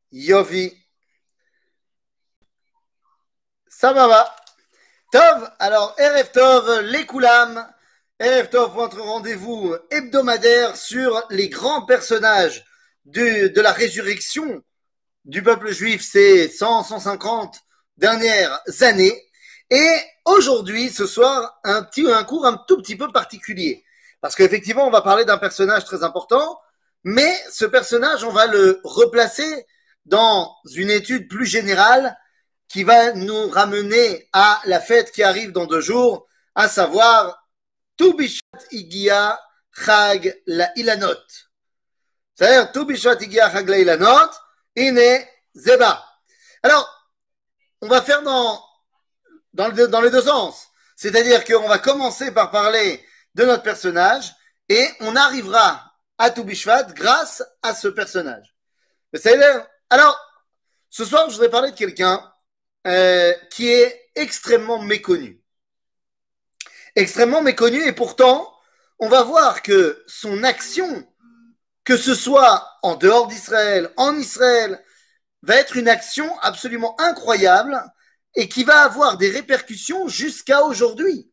Yofi. Ça va. Tov, alors, Erev Tov, les Koulam. Erev Tov, votre rendez-vous hebdomadaire sur les grands personnages de la résurrection du peuple juif ces 150 dernières années. Et aujourd'hui, ce soir, un cours un tout petit peu particulier. Parce qu'effectivement, on va parler d'un personnage très important, mais ce personnage, on va le replacer dans une étude plus générale qui va nous ramener à la fête qui arrive dans 2 jours, à savoir Tu Bishat Igia Chag la Ilanot. C'est-à-dire Tu Bishat Igia Chag la Ilanot, Ine Zeba. Alors, on va faire dans les deux sens. C'est-à-dire qu'on va commencer par parler de notre personnage et on arrivera à Tu Bishvat grâce à ce personnage. Alors, ce soir, je voudrais parler de quelqu'un qui est extrêmement méconnu. Extrêmement méconnu, et pourtant, on va voir que son action, que ce soit en dehors d'Israël, en Israël, va être une action absolument incroyable et qui va avoir des répercussions jusqu'à aujourd'hui.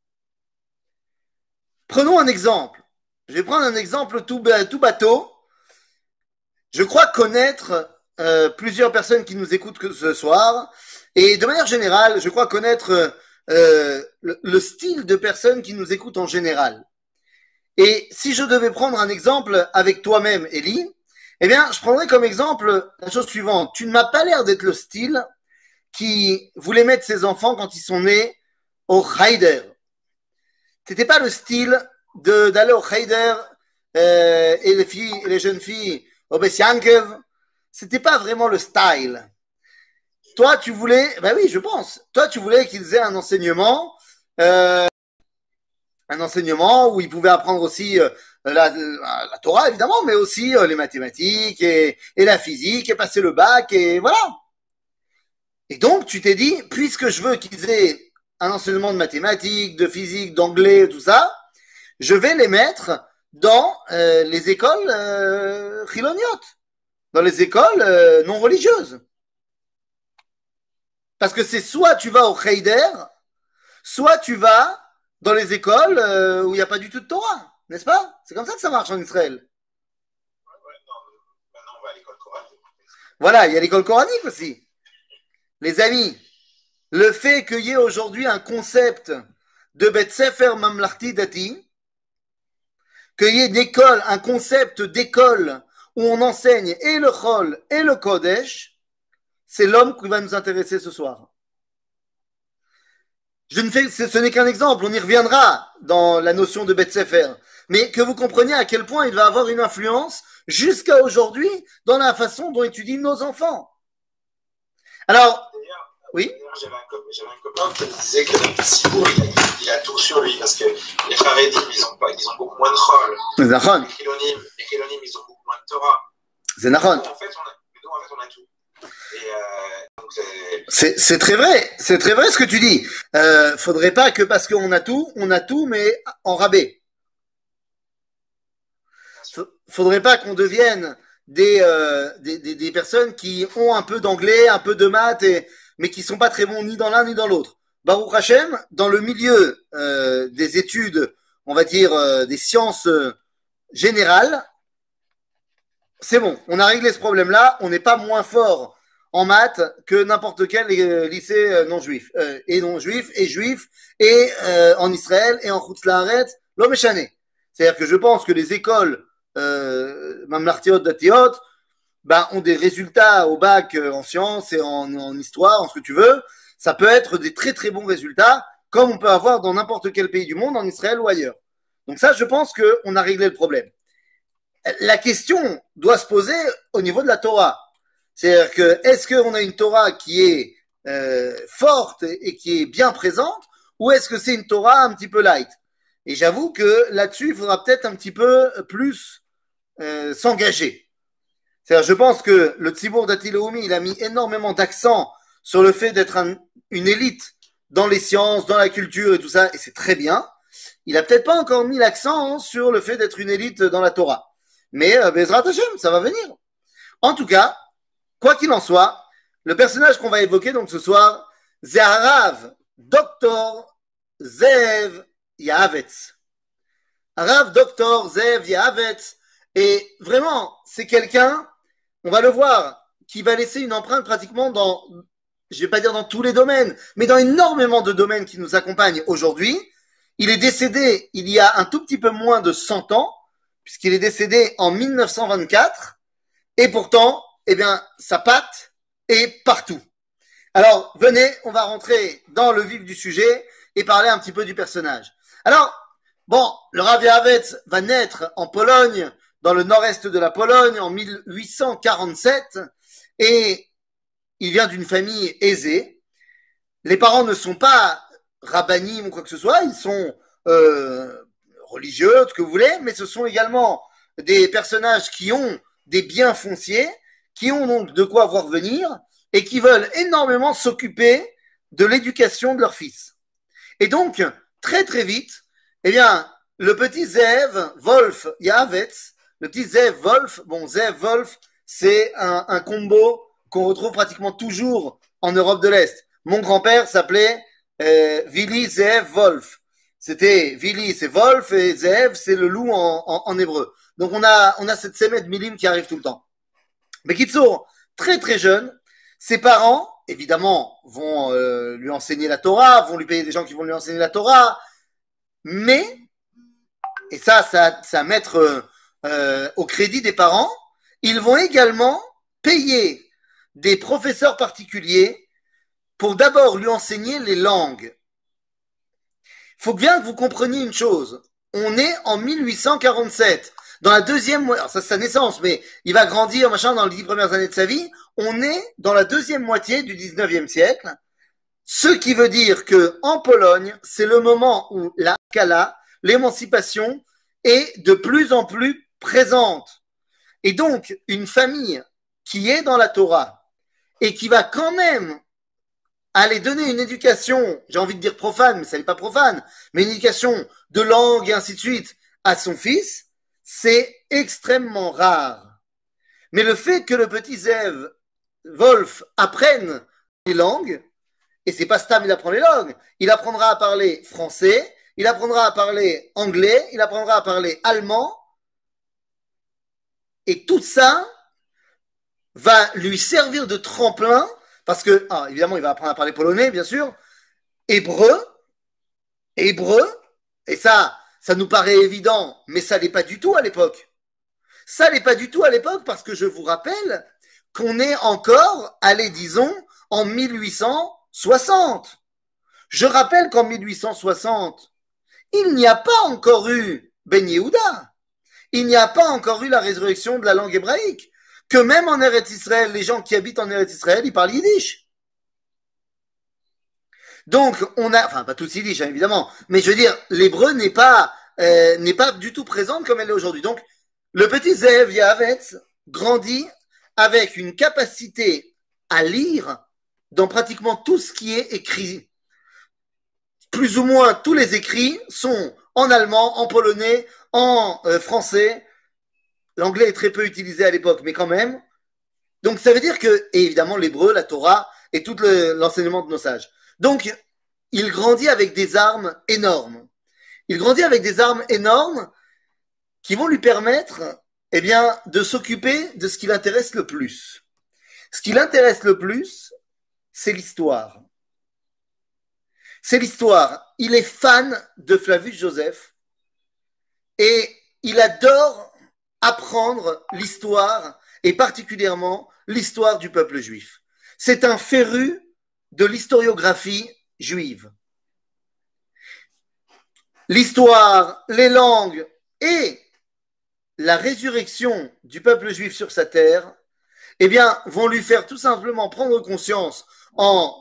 Prenons un exemple. Je vais prendre un exemple tout bateau. Je crois connaître plusieurs personnes qui nous écoutent ce soir. Et de manière générale, je crois connaître le style de personnes qui nous écoutent en général. Et si je devais prendre un exemple avec toi-même, Elie, eh bien, je prendrais comme exemple la chose suivante. Tu ne m'as pas l'air d'être le style qui voulait mettre ses enfants quand ils sont nés au Cheder. Tu n'étais pas le style d'aller au Cheder et les jeunes filles au Bessiankev. C'était pas vraiment le style. Toi, tu voulais, ben oui, je pense. Toi, tu voulais qu'ils aient un enseignement où ils pouvaient apprendre aussi la Torah, évidemment, mais aussi les mathématiques et la physique et passer le bac et voilà. Et donc, tu t'es dit, puisque je veux qu'ils aient un enseignement de mathématiques, de physique, d'anglais, tout ça, je vais les mettre dans les écoles chiloniotes, dans les écoles non religieuses. Parce que c'est soit tu vas au Cheder, soit tu vas dans les écoles où il n'y a pas du tout de Torah, n'est-ce pas? C'est comme ça que ça marche en Israël. Maintenant, on va à l'école coranique. Voilà, il y a l'école coranique aussi. Les amis, le fait qu'il y ait aujourd'hui un concept de Bet Sefer Mamlarti Dati, qu'il y ait d'école, un concept d'école où on enseigne et le Chol et le Kodesh, c'est l'homme qui va nous intéresser ce soir. Ce n'est qu'un exemple, on y reviendra dans la notion de Bet Sefer, mais que vous compreniez à quel point il va avoir une influence jusqu'à aujourd'hui dans la façon dont étudient nos enfants. Alors, oui. J'avais un copain qui me disait que dans le Tzibour, il a tout sur lui, parce que les Haredim, ils ont beaucoup moins de Chol. C'est Nachon. Les Chilonim, ils ont beaucoup moins de Torah. C'est Nachon. En fait, on a tout. C'est très vrai, c'est très vrai ce que tu dis. Faudrait pas que parce qu'on a tout, mais en rabais. Faudrait pas qu'on devienne des personnes qui ont un peu d'anglais, un peu de maths, mais qui sont pas très bons ni dans l'un ni dans l'autre. Baruch Hashem, dans le milieu des études, on va dire des sciences générales, c'est bon, on a réglé ce problème-là, on n'est pas moins fort en maths que n'importe quel lycée non-juif, et non-juif, et juif, et en Israël, et en Chutz La'aretz, l'homme échané. C'est-à-dire que je pense que les écoles Mamlartiot, Datiot, ben, ont des résultats au bac en sciences et en histoire, en ce que tu veux. Ça peut être des très très bons résultats, comme on peut avoir dans n'importe quel pays du monde, en Israël ou ailleurs. Donc ça, je pense qu'on a réglé le problème. La question doit se poser au niveau de la Torah. C'est-à-dire que est-ce qu'on a une Torah qui est forte et qui est bien présente, ou est-ce que c'est une Torah un petit peu light? Et j'avoue que là-dessus, il faudra peut-être un petit peu plus s'engager. C'est-à-dire, je pense que le Tzibour Dati Leumi, il a mis énormément d'accent sur le fait d'être une élite dans les sciences, dans la culture et tout ça, et c'est très bien. Il a peut-être pas encore mis l'accent sur le fait d'être une élite dans la Torah. Mais Bezrat Hashem, ça va venir. En tout cas, quoi qu'il en soit, le personnage qu'on va évoquer donc ce soir, c'est Harav Dr. Zev Yahavetz. Harav Dr. Zev Yahavetz. Et vraiment, c'est quelqu'un, on va le voir, qui va laisser une empreinte pratiquement dans, je ne vais pas dire dans tous les domaines, mais dans énormément de domaines qui nous accompagnent aujourd'hui. Il est décédé il y a un tout petit peu moins de 100 ans, puisqu'il est décédé en 1924, et pourtant, eh bien, sa patte est partout. Alors, venez, on va rentrer dans le vif du sujet et parler un petit peu du personnage. Alors, bon, le Rav Yahavetz va naître en Pologne, dans le nord-est de la Pologne, en 1847, et il vient d'une famille aisée. Les parents ne sont pas rabbinim ou quoi que ce soit, ils sont religieux, ce que vous voulez, mais ce sont également des personnages qui ont des biens fonciers, qui ont donc de quoi voir venir, et qui veulent énormément s'occuper de l'éducation de leur fils. Et donc, très très vite, eh bien, le petit Zev Wolf Yahavetz, le petit Zev Wolf, bon, Zev Wolf, c'est un combo qu'on retrouve pratiquement toujours en Europe de l'Est. Mon grand-père s'appelait Vili Zev Wolf. C'était Vili, c'est Wolf, et Zev, c'est le loup en hébreu. Donc on a cette sémette milim qui arrive tout le temps. Mais Kitsour, très très jeune, ses parents, évidemment, vont lui enseigner la Torah, vont lui payer des gens qui vont lui enseigner la Torah, mais, et ça à mettre au crédit des parents, ils vont également payer des professeurs particuliers pour d'abord lui enseigner les langues. Il faut bien que vous compreniez une chose. On est en 1847. Dans la deuxième, alors ça c'est sa naissance, mais il va grandir, machin, dans les 10 premières années de sa vie. On est dans la deuxième moitié du 19e siècle. Ce qui veut dire que, en Pologne, c'est le moment où la Kala, l'émancipation, est de plus en plus présente. Et donc, une famille qui est dans la Torah et qui va quand même aller donner une éducation, j'ai envie de dire profane, mais ça n'est pas profane, mais une éducation de langue et ainsi de suite à son fils, c'est extrêmement rare. Mais le fait que le petit Zev Wolf apprenne les langues, et c'est pas Stam, il apprend les langues, il apprendra à parler français, il apprendra à parler anglais, il apprendra à parler allemand, et tout ça va lui servir de tremplin, parce que, évidemment, il va apprendre à parler polonais, bien sûr, hébreu, et ça nous paraît évident, mais ça n'est pas du tout à l'époque. Ça n'est pas du tout à l'époque, parce que je vous rappelle qu'on est encore, allez, disons, en 1860. Je rappelle qu'en 1860, il n'y a pas encore eu Ben Yehuda. Il n'y a pas encore eu la résurrection de la langue hébraïque. Que même en Eretz Israël, les gens qui habitent en Eretz Israël, ils parlent yiddish. Donc, on a, enfin, pas tous yiddish, hein, évidemment, mais je veux dire, l'hébreu n'est pas du tout présente comme elle est aujourd'hui. Donc, le petit Zev Yahavetz grandit avec une capacité à lire dans pratiquement tout ce qui est écrit. Plus ou moins tous les écrits sont en allemand, en polonais, en français. L'anglais est très peu utilisé à l'époque, mais quand même. Donc ça veut dire que, et évidemment, l'hébreu, la Torah et tout l'enseignement de nos sages. Donc, il grandit avec des armes énormes. Il grandit avec des armes énormes qui vont lui permettre, eh bien, de s'occuper de ce qui l'intéresse le plus. Ce qui l'intéresse le plus, c'est l'histoire. C'est l'histoire. Il est fan de Flavius Joseph et il adore apprendre l'histoire et particulièrement l'histoire du peuple juif. C'est un féru de l'historiographie juive. L'histoire, les langues et la résurrection du peuple juif sur sa terre, eh bien, vont lui faire tout simplement prendre conscience en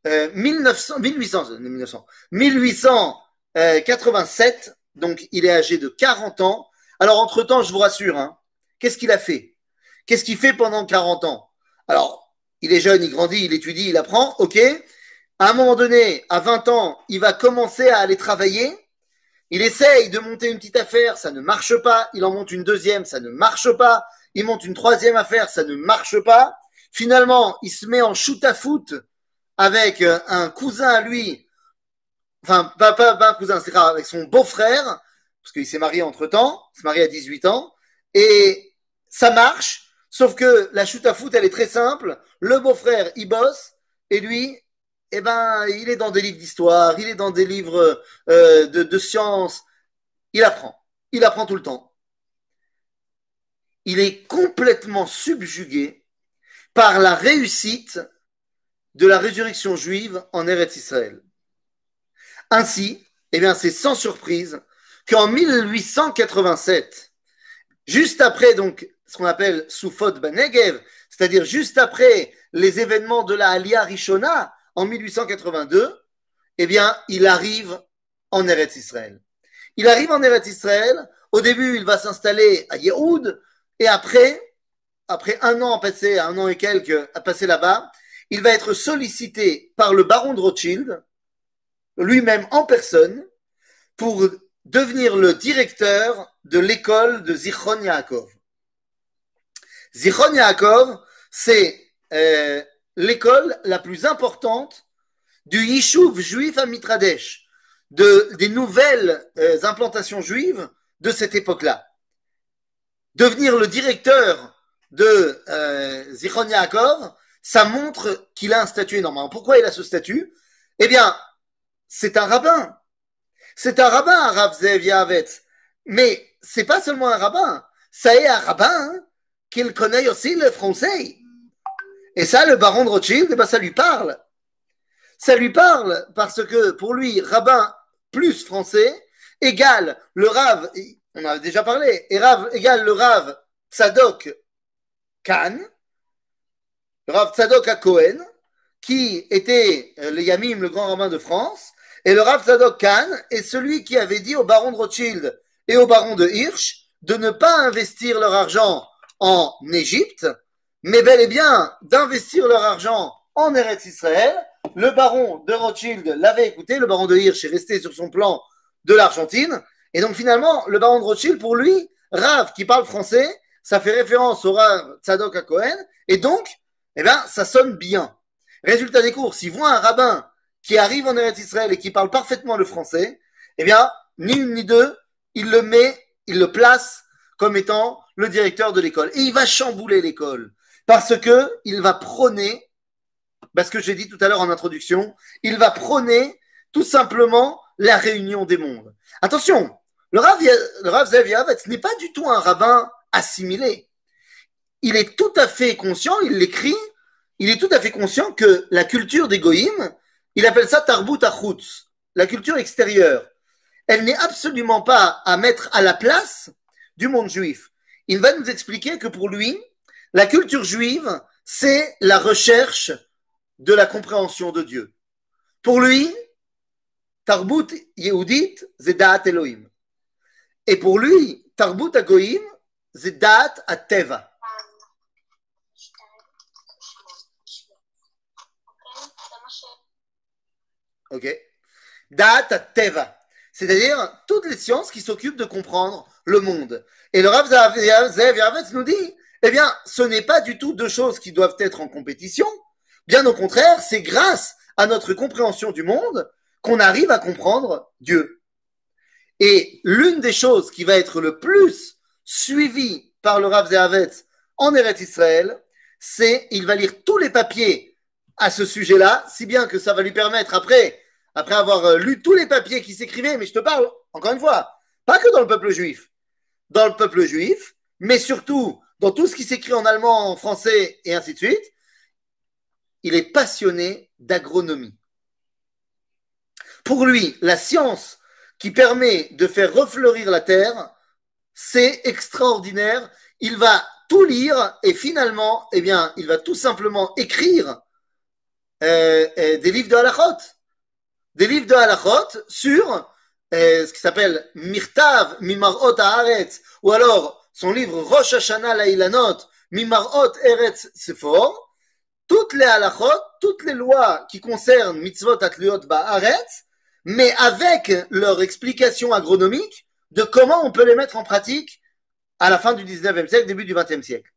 1887, donc il est âgé de 40 ans. Alors, entre-temps, je vous rassure, hein, qu'est-ce qu'il a fait? Qu'est-ce qu'il fait pendant 40 ans? Alors, il est jeune, il grandit, il étudie, il apprend, ok. À un moment donné, à 20 ans, il va commencer à aller travailler. Il essaye de monter une petite affaire, ça ne marche pas. Il en monte une deuxième, ça ne marche pas. Il monte une troisième affaire, ça ne marche pas. Finalement, il se met en shoot-à-foot avec un cousin à lui, enfin, pas un cousin, c'est grave, avec son beau-frère, parce qu'il s'est marié entre-temps, il s'est marié à 18 ans, et ça marche, sauf que la shoot-à-foot, elle est très simple, le beau-frère, il bosse, et lui, eh ben, il est dans des livres d'histoire, il est dans des livres de sciences, il apprend tout le temps. Il est complètement subjugué par la réussite de la résurrection juive en Eretz Israël. Ainsi, eh bien, c'est sans surprise qu'en 1887, juste après donc ce qu'on appelle Soufot Banegev, c'est-à-dire juste après les événements de la Aliyah Rishona en 1882, eh bien, il arrive en Eretz Israël. Il arrive en Eretz Israël. Au début, il va s'installer à Yehoud, et après un an passé, un an et quelques à passer là-bas, il va être sollicité par le baron de Rothschild, lui-même en personne, pour devenir le directeur de l'école de Zichron Yaakov. Zichron Yaakov, c'est l'école la plus importante du Yishuv juif à Mitradesh, des nouvelles implantations juives de cette époque-là. Devenir le directeur de Zichron Yaakov, ça montre qu'il a un statut énorme. Pourquoi il a ce statut? Eh bien, c'est un rabbin. C'est un rabbin, Rav Zev Yahavetz. Mais c'est pas seulement un rabbin. Ça est un rabbin qu'il connaît aussi le français. Et ça, le baron de Rothschild, eh ben, ça lui parle. Ça lui parle parce que pour lui, rabbin plus français égale le Rav, on en a déjà parlé, et Rav égale le Rav Tzadok Khan, le Rav Tzadok à Cohen, qui était le Yamim, le grand rabbin de France, et le Rav Tzadok Khan est celui qui avait dit au baron de Rothschild et au baron de Hirsch de ne pas investir leur argent en Égypte, mais bel et bien d'investir leur argent en Eretz Israël. Le baron de Rothschild l'avait écouté, le baron de Hirsch est resté sur son plan de l'Argentine, et donc finalement, le baron de Rothschild, pour lui, Rav qui parle français, ça fait référence au Rav Tzadok à Cohen, et donc, eh ben, ça sonne bien. Résultat des courses, s'il voit un rabbin qui arrive en Eretz Israël et qui parle parfaitement le français, eh bien, ni une ni deux, il le place comme étant le directeur de l'école. Et il va chambouler l'école, parce que il va prôner, parce que j'ai dit tout à l'heure en introduction, il va prôner tout simplement la réunion des mondes. Attention, le Rav Zev Yahavetz n'est pas du tout un rabbin assimilé. Il est tout à fait conscient, il l'écrit, il est tout à fait conscient que la culture des goïms, il appelle ça tarbut achutz, la culture extérieure. Elle n'est absolument pas à mettre à la place du monde juif. Il va nous expliquer que pour lui, la culture juive, c'est la recherche de la compréhension de Dieu. Pour lui, tarbut yehudit, c'est da'at Elohim. Et pour lui, tarbut hagoyim, c'est da'at ateva. Ok. Da'at ateva. C'est-à-dire toutes les sciences qui s'occupent de comprendre le monde. Et le Rav Zev Yahavetz nous dit, eh bien, ce n'est pas du tout deux choses qui doivent être en compétition. Bien au contraire, c'est grâce à notre compréhension du monde qu'on arrive à comprendre Dieu. Et l'une des choses qui va être le plus suivie par le Rav Zev Yahavetz en Eretz Israël, c'est il va lire tous les papiers à ce sujet-là, si bien que ça va lui permettre après avoir lu tous les papiers qui s'écrivaient, mais je te parle, encore une fois, pas que dans le peuple juif, mais surtout dans tout ce qui s'écrit en allemand, en français et ainsi de suite, il est passionné d'agronomie. Pour lui, la science qui permet de faire refleurir la terre, c'est extraordinaire. Il va tout lire et finalement, eh bien, il va tout simplement écrire des livres de halachot. Des livres de halachot sur ce qui s'appelle Mirtav Mimarot Haaretz, ou alors son livre Rosh Hashanah Lailanot Mimarot Eretz Sefor, toutes les halachot, toutes les lois qui concernent mitzvot atliot ba'aretz, mais avec leur explication agronomique de comment on peut les mettre en pratique à la fin du 19e siècle, début du 20e siècle.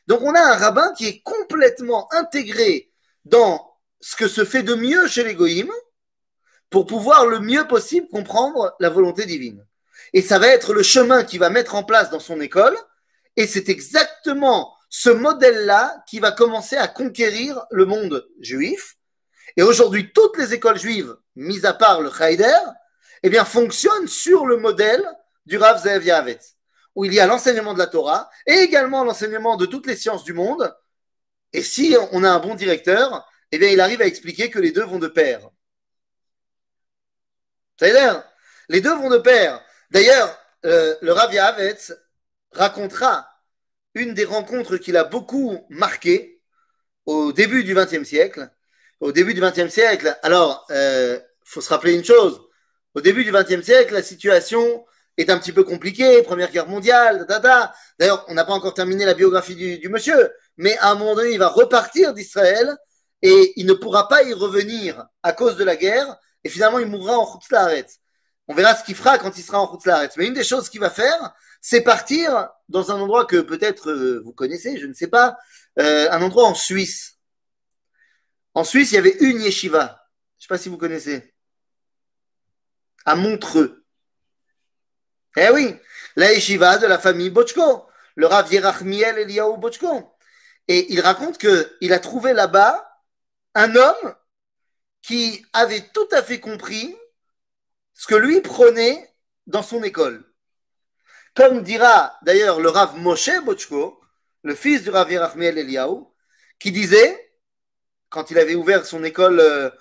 Donc on a un rabbin qui est complètement intégré dans ce que se fait de mieux chez les goïms pour pouvoir le mieux possible comprendre la volonté divine. Et ça va être le chemin qu'il va mettre en place dans son école, et c'est exactement ce modèle-là qui va commencer à conquérir le monde juif. Et aujourd'hui, toutes les écoles juives, mis à part le Haider, eh bien, fonctionnent sur le modèle du Rav Ze'ev Yahavetz, où il y a l'enseignement de la Torah et également l'enseignement de toutes les sciences du monde. Et si on a un bon directeur, eh bien, il arrive à expliquer que les deux vont de pair. Ça veut dire, les deux vont de pair. D'ailleurs, le Rav Yahavetz racontera une des rencontres qu'il a beaucoup marquées au début du XXe siècle. Au début du XXe siècle, alors, faut se rappeler une chose. Au début du XXe siècle, la situation est un petit peu compliquée. Première guerre mondiale, D'ailleurs, on n'a pas encore terminé la biographie du monsieur, mais à un moment donné, il va repartir d'Israël et il ne pourra pas y revenir à cause de la guerre. Et finalement, il mourra en Chutz La'aretz. On verra ce qu'il fera quand il sera en Chutz La'aretz. Mais une des choses qu'il va faire, c'est partir dans un endroit que peut-être vous connaissez, je ne sais pas, un endroit en Suisse. En Suisse, il y avait une yeshiva. Je ne sais pas si vous connaissez. À Montreux. Eh oui, la yeshiva de la famille Bochko, le Rav Yerachmiel Eliyahu Bochko. Et il raconte qu'il a trouvé là-bas un homme qui avait tout à fait compris ce que lui prenait dans son école. Comme dira d'ailleurs le Rav Moshe Bochko, le fils du Rav Yerachmiel Eliyahu, qui disait, quand il avait ouvert son école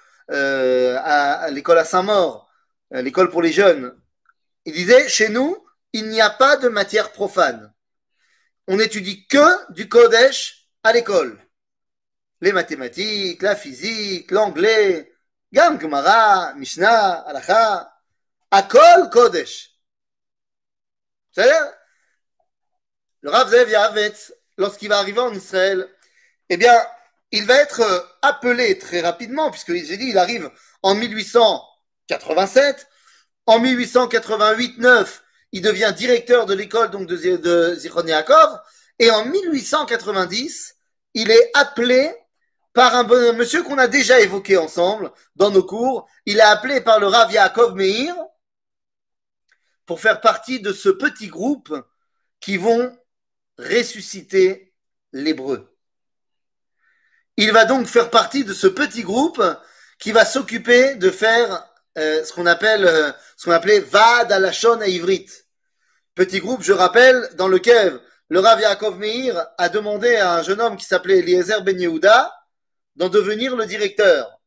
à l'école à Saint-Maur, l'école pour les jeunes, il disait, chez nous, il n'y a pas de matière profane. On n'étudie que du Kodesh à l'école. Les mathématiques, la physique, l'anglais, Gam Gemara, Mishnah, Halacha, Akol Kodesh. C'est-à-dire, le Rav Ze'ev Yahavetz, lorsqu'il va arriver en Israël, eh bien, il va être appelé très rapidement, puisque j'ai dit, il arrive en 1887. En 1888-9, il devient directeur de l'école donc de Zichron Yaakov. Et en 1890, il est appelé par un monsieur qu'on a déjà évoqué ensemble dans nos cours. Il est appelé par le Rav Yaakov Meir pour faire partie de ce petit groupe qui vont ressusciter l'hébreu. Il va donc faire partie de ce petit groupe qui va s'occuper de faire ce qu'on appelait Vad Alashon Ivrit. Petit groupe, je rappelle, dans lequel le Rav Yaakov Meir a demandé à un jeune homme qui s'appelait Eliezer Ben Yehuda d'en devenir le directeur.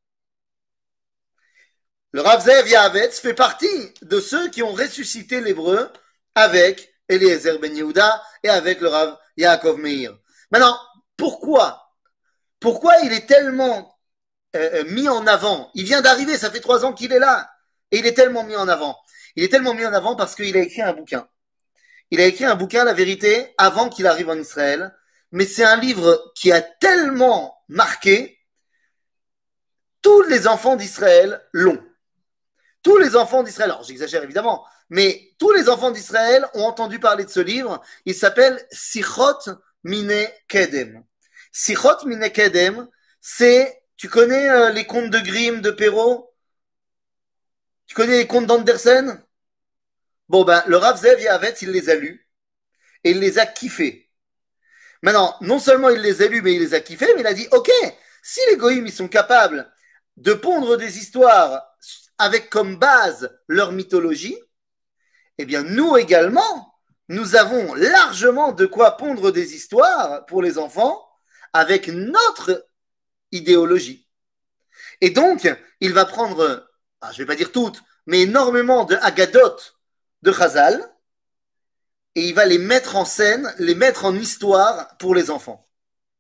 Le Rav Ze'ev Yahavetz fait partie de ceux qui ont ressuscité l'hébreu avec Eliezer Ben Yehuda et avec le Rav Yaakov Meir. Maintenant, pourquoi il est tellement mis en avant? Il vient d'arriver, ça fait 3 ans qu'il est là, et il est tellement mis en avant. Il est tellement mis en avant parce qu'il a écrit un bouquin. Il a écrit un bouquin, La Vérité, avant qu'il arrive en Israël, mais c'est un livre qui a tellement marqué, tous les enfants d'Israël l'ont. Tous les enfants d'Israël, alors j'exagère évidemment, mais tous les enfants d'Israël ont entendu parler de ce livre. Il s'appelle Sichot Mine Kedem. Sichot Mine Kedem, c'est, tu connais les contes de Grimm, de Perrault? Tu connais les contes d'Andersen? Bon, ben, le Rav Ze'ev Yahavetz, il les a lus et il les a kiffés. Maintenant, non seulement il les a lus, mais il les a kiffés, mais il a dit, ok, si les goïms, ils sont capables de pondre des histoires avec comme base leur mythologie, eh bien, nous également, nous avons largement de quoi pondre des histoires pour les enfants avec notre idéologie. Et donc, il va prendre, je ne vais pas dire toutes, mais énormément de Haggadot de Chazal, et il va les mettre en scène, les mettre en histoire pour les enfants.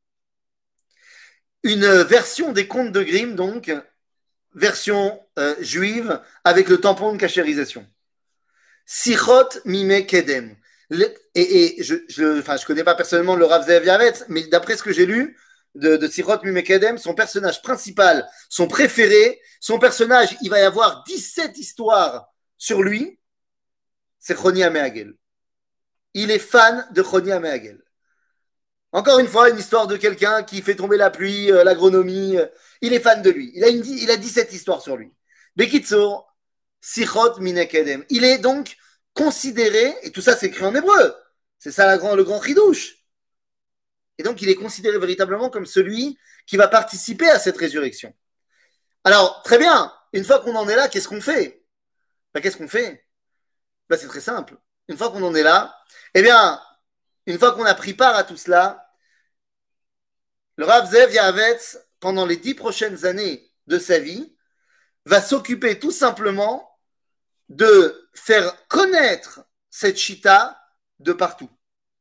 Une version des contes de Grimm, donc, version juive, avec le tampon de cachérisation. Sichot Mime Kedem. Et je connais pas personnellement le Rav Ze'ev Yahavetz, mais d'après ce que j'ai lu de Sichot Mime Kedem, son personnage principal, son préféré, son personnage, il va y avoir 17 histoires sur lui, c'est Choni Améhagel. Il est fan de Choni Améhagel. Encore une fois, une histoire de quelqu'un qui fait tomber la pluie, l'agronomie. Il est fan de lui. Il a 17 histoires sur lui. Bekitsour, Sichot Minekedem. Il est donc considéré, et tout ça c'est écrit en hébreu. C'est ça le grand chidouche. Et donc il est considéré véritablement comme celui qui va participer à cette résurrection. Alors, très bien, une fois qu'on en est là, qu'est-ce qu'on fait? Qu'est-ce qu'on fait? C'est très simple. Une fois qu'on en est là, eh bien, une fois qu'on a pris part à tout cela, le Rav Zev Yahavetz, pendant les 10 prochaines années de sa vie, va s'occuper tout simplement de faire connaître cette chita de partout.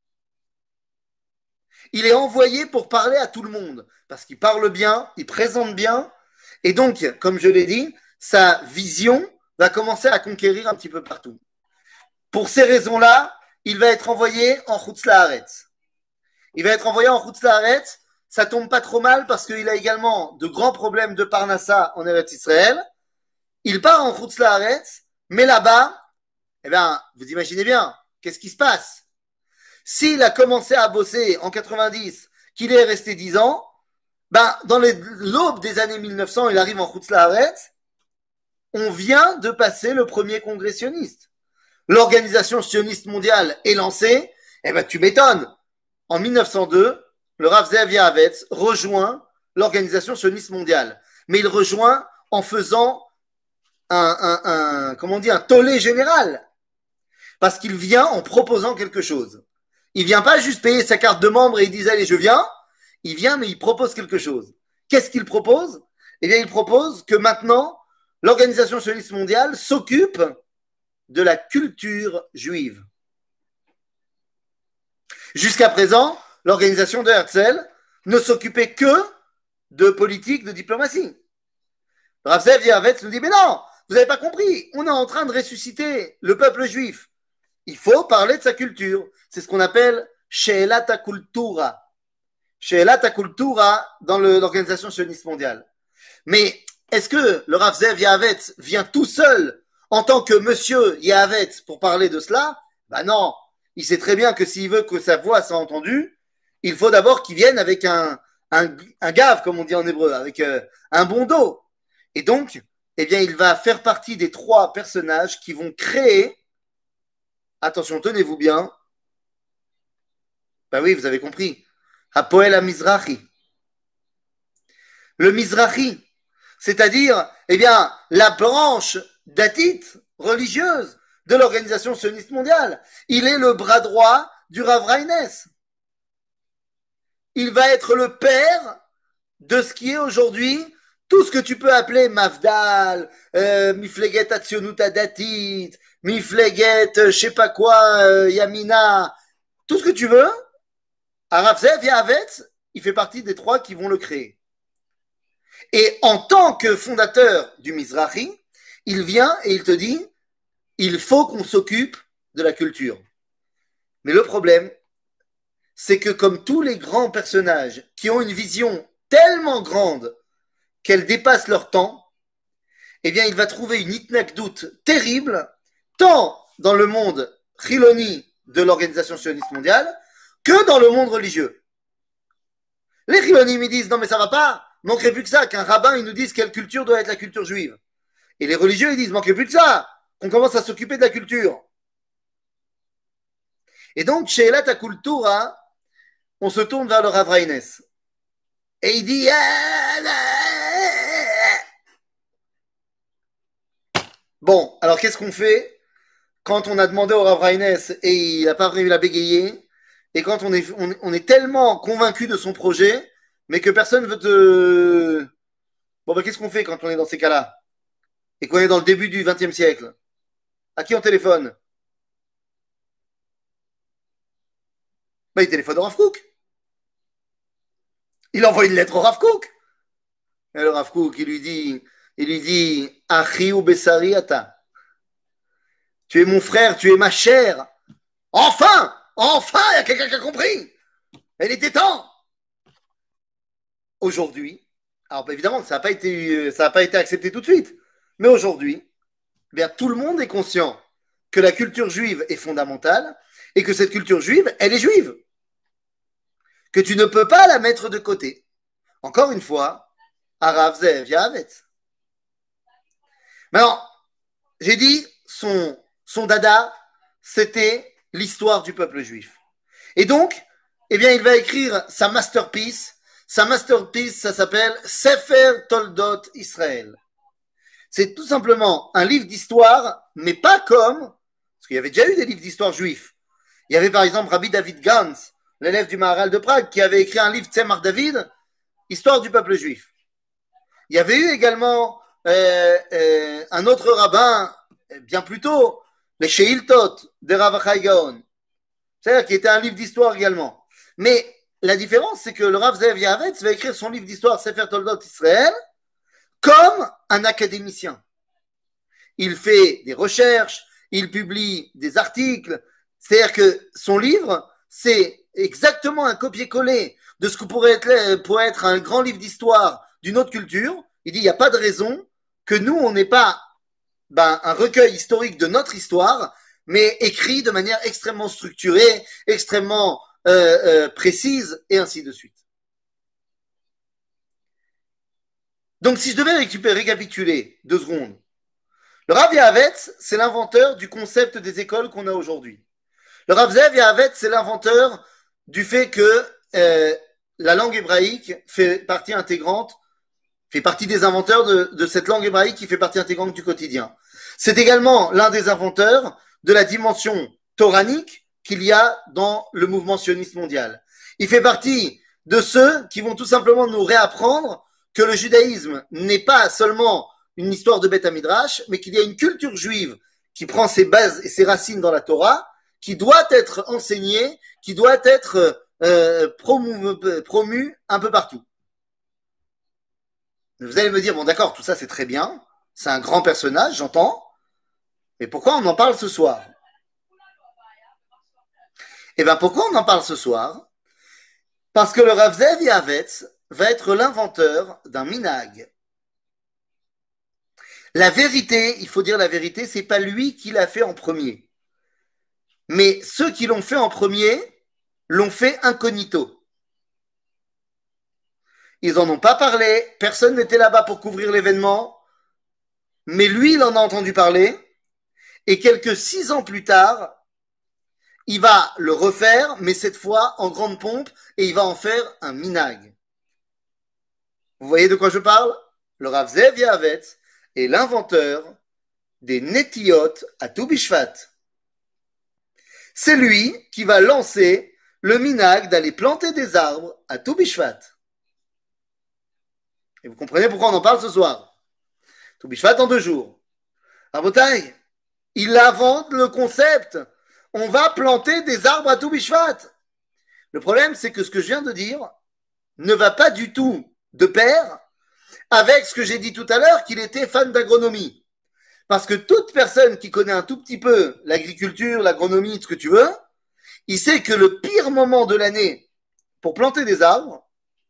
Il est envoyé pour parler à tout le monde, parce qu'il parle bien, il présente bien, et donc, comme je l'ai dit, sa vision va commencer à conquérir un petit peu partout. Pour ces raisons-là, il va être envoyé en Chutz La'aretz. Il va être envoyé en Chutz La'aretz, ça tombe pas trop mal parce qu'il a également de grands problèmes de Parnassa en Eretz Israël. Il part en Chutz La'aretz, mais là-bas, eh bien, vous imaginez bien, qu'est-ce qui se passe? S'il a commencé à bosser en 90, qu'il est resté 10 ans, dans l'aube des années 1900, il arrive en Chutz La'aretz, on vient de passer le premier congrès sioniste. L'organisation sioniste mondiale est lancée, tu m'étonnes. En 1902, le Rav Zev Yahavetz rejoint l'organisation sioniste mondiale. Mais il rejoint en faisant un tollé général. Parce qu'il vient en proposant quelque chose. Il vient pas juste payer sa carte de membre et il dit allez je viens. Il vient mais il propose quelque chose. Qu'est-ce qu'il propose? Eh bien il propose que maintenant l'organisation sioniste mondiale s'occupe de la culture juive. Jusqu'à présent, l'organisation de Herzl ne s'occupait que de politique, de diplomatie. Rav Zev Yahavetz nous dit mais non, vous n'avez pas compris, on est en train de ressusciter le peuple juif. Il faut parler de sa culture. C'est ce qu'on appelle She'elat HaKultura. She'elat HaKultura dans l'organisation sioniste mondiale. Mais est-ce que le Rav Zev Yahavetz vient tout seul en tant que monsieur Yahavetz pour parler de cela? Non. Il sait très bien que s'il veut que sa voix soit entendue, il faut d'abord qu'il vienne avec un gave, comme on dit en hébreu, avec un bon dos. Et donc, eh bien, il va faire partie des 3 personnages qui vont créer, attention, tenez-vous bien, oui, vous avez compris, Hapoel HaMizrahi. Le Mizrahi, c'est-à-dire, eh bien, la branche datite religieuse de l'organisation sioniste mondiale. Il est le bras droit du Rav Reines. Il va être le père de ce qui est aujourd'hui tout ce que tu peux appeler Mafdal, Mifleget Atzionut Datit, Mifleget, je sais pas quoi, Yamina, tout ce que tu veux. Rav Zev Yahavetz, il fait partie des 3 qui vont le créer. Et en tant que fondateur du Mizrahi, il vient et il te dit il faut qu'on s'occupe de la culture. Mais le problème, c'est que comme tous les grands personnages qui ont une vision tellement grande qu'elle dépasse leur temps, eh bien, il va trouver une itnakdout terrible, tant dans le monde chiloni de l'organisation sioniste mondiale que dans le monde religieux. Les chilonim, ils disent non mais ça va pas, manquerait plus que ça, qu'un rabbin il nous dise quelle culture doit être la culture juive. Et les religieux, ils disent manquerait plus que ça, qu'on commence à s'occuper de la culture. Et donc, chez Elat HaKultura, on se tourne vers le Rav Reines. Et il dit bon, alors qu'est-ce qu'on fait quand on a demandé au Rav Reines et il n'a pas prévu la bégayer, et quand on est tellement convaincu de son projet, mais que personne veut te... Bon, qu'est-ce qu'on fait quand on est dans ces cas-là? Et qu'on est dans le début du XXe siècle? À qui on téléphone? Il téléphone au Rav Kook. Il envoie une lettre au Rav Kook. Et le Rav Kook, il lui dit, Achi ou Bessari ata. Tu es mon frère, tu es ma chair. Enfin, il y a quelqu'un qui a compris. Il était temps. Aujourd'hui, alors évidemment, ça n'a pas été accepté tout de suite, mais aujourd'hui, bien, tout le monde est conscient que la culture juive est fondamentale et que cette culture juive, elle est juive. que tu ne peux pas la mettre de côté. Encore une fois, Arav Zev Yahavetz. Maintenant, j'ai dit, son dada, c'était l'histoire du peuple juif. Et donc, eh bien, il va écrire sa masterpiece. Sa masterpiece, ça s'appelle Sefer Toldot Israël. C'est tout simplement un livre d'histoire, mais pas comme, parce qu'il y avait déjà eu des livres d'histoire juifs. Il y avait par exemple Rabbi David Gans, l'élève du Maharal de Prague, qui avait écrit un livre Tzemar David, Histoire du peuple juif. Il y avait eu également un autre rabbin, bien plus tôt, les Sheiltot de Rav Achai Gaon, c'est-à-dire qui était un livre d'histoire également. Mais la différence, c'est que le Rav Zev Yahavetz va écrire son livre d'histoire Sefer Toldot Israël comme un académicien. Il fait des recherches, il publie des articles, c'est-à-dire que son livre, c'est exactement un copier-coller de ce que pourrait être un grand livre d'histoire d'une autre culture. Il dit, il n'y a pas de raison que nous, on n'ait pas un recueil historique de notre histoire, mais écrit de manière extrêmement structurée, extrêmement précise, et ainsi de suite. Donc, si je devais récapituler 2 secondes, le Rav Yahavetz, c'est l'inventeur du concept des écoles qu'on a aujourd'hui. Le Rav Zev Yahavetz, c'est l'inventeur du fait que la langue hébraïque fait partie intégrante, fait partie des inventeurs de cette langue hébraïque qui fait partie intégrante du quotidien. C'est également l'un des inventeurs de la dimension toranique qu'il y a dans le mouvement sioniste mondial. Il fait partie de ceux qui vont tout simplement nous réapprendre que le judaïsme n'est pas seulement une histoire de Beth Midrash, mais qu'il y a une culture juive qui prend ses bases et ses racines dans la Torah, qui doit être enseignée, qui doit être promue un peu partout. Vous allez me dire, bon d'accord, tout ça c'est très bien, c'est un grand personnage, j'entends, mais pourquoi on en parle ce soir? Eh bien pourquoi on en parle ce soir? Parce que le Rav Zev Yahavetz va être l'inventeur d'un minhag. La vérité, il faut dire la vérité, c'est pas lui qui l'a fait en premier. Mais ceux qui l'ont fait en premier l'ont fait incognito. Ils n'en ont pas parlé, personne n'était là-bas pour couvrir l'événement, mais lui, il en a entendu parler, et quelques 6 ans plus tard, il va le refaire, mais cette fois en grande pompe, et il va en faire un minhag. Vous voyez de quoi je parle? Le Rav Zev Yahavetz est l'inventeur des Netiyot à Tu Bishvat. C'est lui qui va lancer le minhag d'aller planter des arbres à Tu Bishvat. Et vous comprenez pourquoi on en parle ce soir. Tu Bishvat en 2 jours. Rabotai, il invente le concept. On va planter des arbres à Tu Bishvat. Le problème, c'est que ce que je viens de dire ne va pas du tout de pair avec ce que j'ai dit tout à l'heure, qu'il était fan d'agronomie. Parce que toute personne qui connaît un tout petit peu l'agriculture, l'agronomie, ce que tu veux, il sait que le pire moment de l'année pour planter des arbres,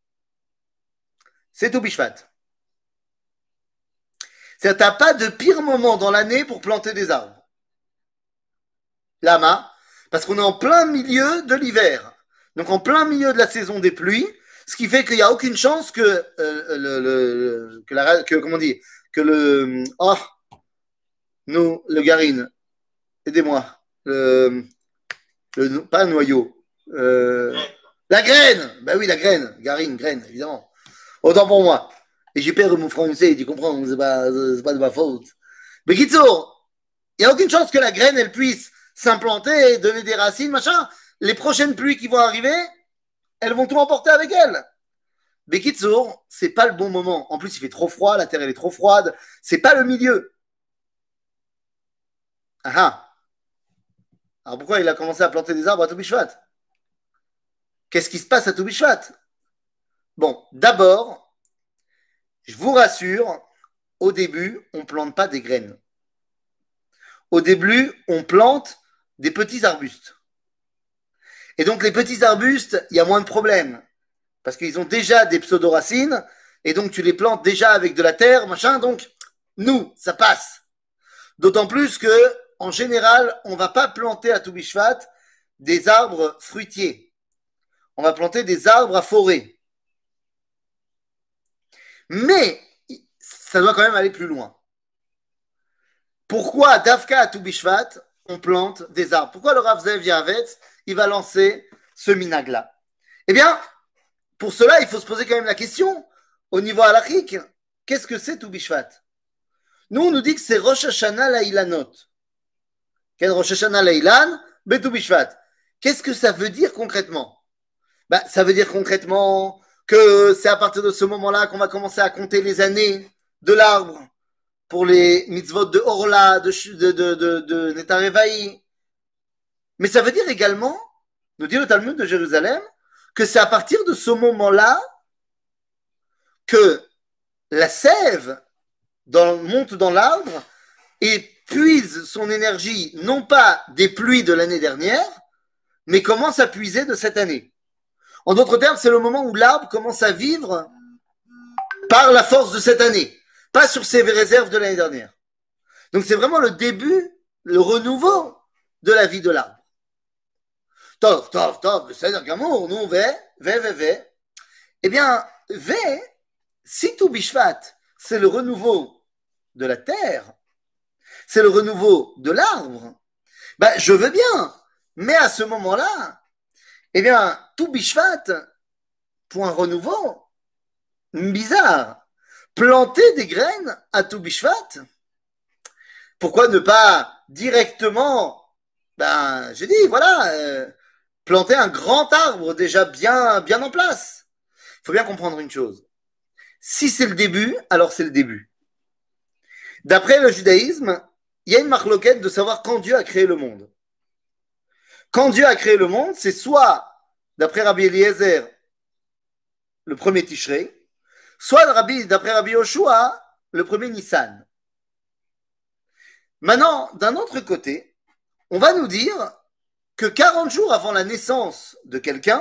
c'est Tu Bishvat. C'est-à-dire, t'as pas de pire moment dans l'année pour planter des arbres. Lama, parce qu'on est en plein milieu de l'hiver. Donc en plein milieu de la saison des pluies, ce qui fait qu'il n'y a aucune chance que le garine, aidez-moi, pas un noyau, la graine, ben oui la graine, graine évidemment, autant pour moi. Et j'ai perdu mon français, tu comprends, c'est pas de ma faute. Mais Kitsour, il n'y a aucune chance que la graine elle puisse s'implanter et donner des racines, machin. Les prochaines pluies qui vont arriver, elles vont tout emporter avec elles. Bekitsour, c'est pas le bon moment. En plus, il fait trop froid, la terre elle est trop froide. C'est pas le milieu. Ah ah. Alors pourquoi il a commencé à planter des arbres à Tu Bishvat? Qu'est-ce qui se passe à Tu Bishvat? Bon, d'abord, je vous rassure, au début, on ne plante pas des graines. Au début, on plante des petits arbustes. Et donc, les petits arbustes, il y a moins de problèmes. Parce qu'ils ont déjà des pseudo-racines, et donc tu les plantes déjà avec de la terre, machin, donc, nous, ça passe. D'autant plus que, en général, on ne va pas planter à Tu Bishvat des arbres fruitiers. on va planter des arbres à forêt. Mais ça doit quand même aller plus loin. Pourquoi Davka à Toubishvat, on plante des arbres? Pourquoi le Rav Zev Yahavetz, il va lancer ce minag-là? Eh bien, pour cela, il faut se poser quand même la question, au niveau halachique, qu'est-ce que c'est Toubishvat? Nous, on nous dit que c'est Rosh Hashanah Lailanot. Quel Rosh Hashanah Lailan? Betoubishvat. Qu'est-ce que ça veut dire concrètement? Ça veut dire concrètement que c'est à partir de ce moment-là qu'on va commencer à compter les années de l'arbre pour les mitzvot de Orla, de Netarevaï. Mais ça veut dire également, nous dit le Talmud de Jérusalem, que c'est à partir de ce moment-là que la sève monte dans l'arbre et puise son énergie, non pas des pluies de l'année dernière, mais commence à puiser de cette année. En d'autres termes, c'est le moment où l'arbre commence à vivre par la force de cette année, pas sur ses réserves de l'année dernière. Donc c'est vraiment le début, le renouveau de la vie de l'arbre. Tov, c'est-à-dire gamour, nous, ve. Eh bien, si tout bishvat, c'est le renouveau de la terre, c'est le renouveau de l'arbre, je veux bien, mais à ce moment-là, eh bien, tout bishvat, pour un renouveau, bizarre, planter des graines à tout bishvat, pourquoi ne pas directement, j'ai dit, voilà, planter un grand arbre déjà bien en place. Il faut bien comprendre une chose. Si c'est le début, alors c'est le début. D'après le judaïsme, il y a une marloquette de savoir quand Dieu a créé le monde. Quand Dieu a créé le monde, c'est soit, d'après Rabbi Eliezer, le premier Tishrei, soit d'après Rabbi Yoshua, le premier Nissan. Maintenant, d'un autre côté, on va nous dire que 40 jours avant la naissance de quelqu'un,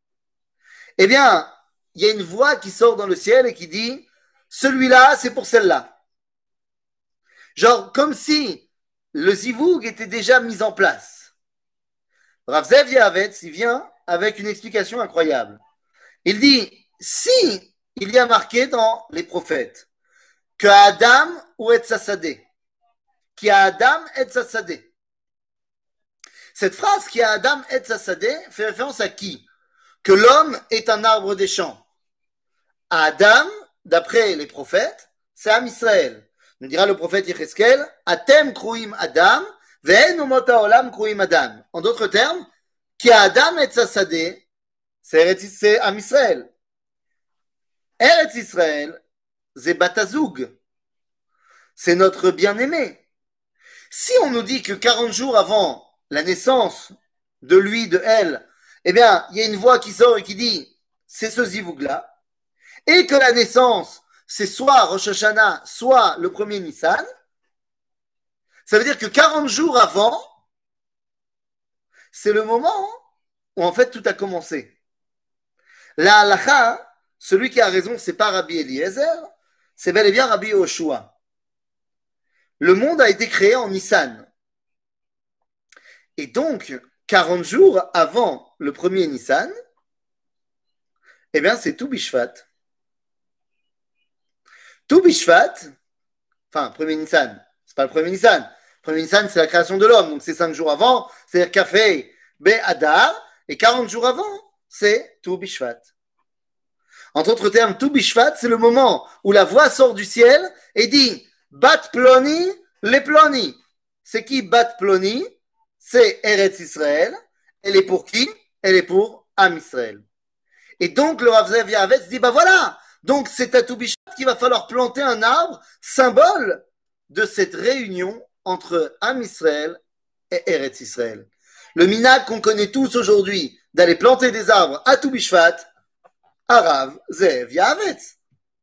eh bien, il y a une voix qui sort dans le ciel et qui dit « Celui-là, c'est pour celle-là ». Genre, comme si le zivoug était déjà mis en place. Rav Zev Yahavetz, il vient avec une explication incroyable. Il dit « Si il y a marqué dans les prophètes que Adam ou Etzasadeh, qui a Adam Etzasadeh, cette phrase qui a Adam Etzasadeh fait référence à qui? Que l'homme est un arbre des champs. Adam, d'après les prophètes, c'est Am Israël. Nous dira le prophète Yecheskel, Atem kruim Adam, ve'en umot ha'olam kruim Adam. En d'autres termes, qui a Adam Etzasadeh, c'est Am Israël. Eretz Israël, c'est Batazoug. C'est notre bien-aimé. Si on nous dit que 40 jours avant la naissance de lui, de elle, eh bien, il y a une voix qui sort et qui dit, c'est ce zivoug-là, et que la naissance, c'est soit Rosh Hashanah, soit le premier Nissan, ça veut dire que 40 jours avant, c'est le moment où en fait tout a commencé. La halacha, celui qui a raison, c'est pas Rabbi Eliezer, c'est bel et bien Rabbi Yoshua. Le monde a été créé en Nissan. Et donc, 40 jours avant le premier Nissan, eh bien, c'est tout Bishvat. Tout Bishvat, enfin, premier Nissan, c'est pas le premier Nissan. Le premier Nissan, c'est la création de l'homme, donc c'est 5 jours avant, c'est-à-dire Café, Adar, et 40 jours avant, c'est tout Bishvat. Entre autres termes, tout Bishvat, c'est le moment où la voix sort du ciel et dit Bat Ploni, les Ploni. C'est qui Bat Ploni? C'est Eretz Israël. Elle est pour qui? Elle est pour Am Israël. Et donc, le Rav Zev Yahavetz dit voilà, donc c'est à tout Bishvat qu'il va falloir planter un arbre, symbole de cette réunion entre Am Israël et Eretz Israël. Le minag qu'on connaît tous aujourd'hui, d'aller planter des arbres à tout Bishvat, à Rav Zev Yahavetz.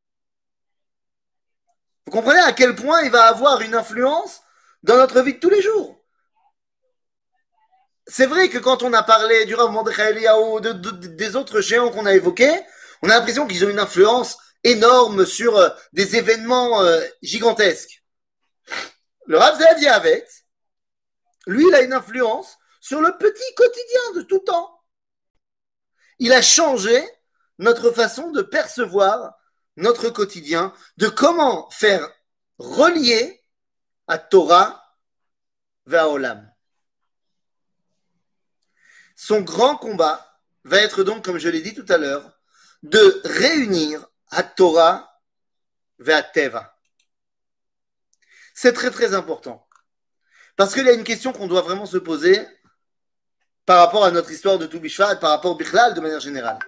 Vous comprenez à quel point il va avoir une influence dans notre vie de tous les jours. C'est vrai que quand on a parlé du Rav Mordechai Eliyahu, des autres géants qu'on a évoqués, on a l'impression qu'ils ont une influence énorme sur des événements gigantesques. Le Rav Zev Yahavetz, lui, il a une influence sur le petit quotidien de tout temps. Il a changé notre façon de percevoir notre quotidien, de comment faire relier à Torah vers Olam. Son grand combat va être donc, comme je l'ai dit tout à l'heure, de réunir à Torah vers Teva. C'est très très important. Parce qu'il y a une question qu'on doit vraiment se poser par rapport à notre histoire de Tou Bishvat, par rapport au Bichlal de manière générale.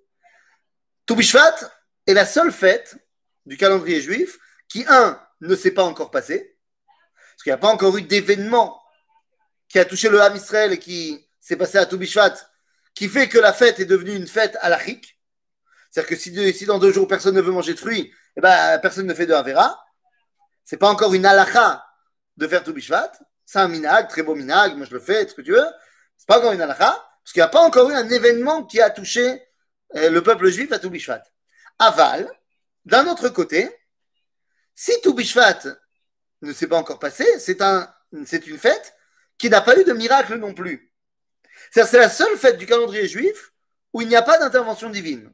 Tou Bishvat est la seule fête du calendrier juif qui, ne s'est pas encore passée, parce qu'il n'y a pas encore eu d'événement qui a touché le Ham Israël et qui s'est passé à Tou Bishvat, qui fait que la fête est devenue une fête halachique. C'est-à-dire que si dans 2 jours personne ne veut manger de fruits, eh ben, personne ne fait de Havera. C'est pas encore une halakha de faire Tou Bishvat. C'est un minag, très beau minag, moi je le fais, ce que tu veux. C'est pas encore une halakha, parce qu'il n'y a pas encore eu un événement qui a touché le peuple juif à Tou Bishvat. Aval, d'un autre côté, si Tou Bishvat ne s'est pas encore passé, c'est une fête qui n'a pas eu de miracle non plus. C'est-à-dire c'est la seule fête du calendrier juif où il n'y a pas d'intervention divine.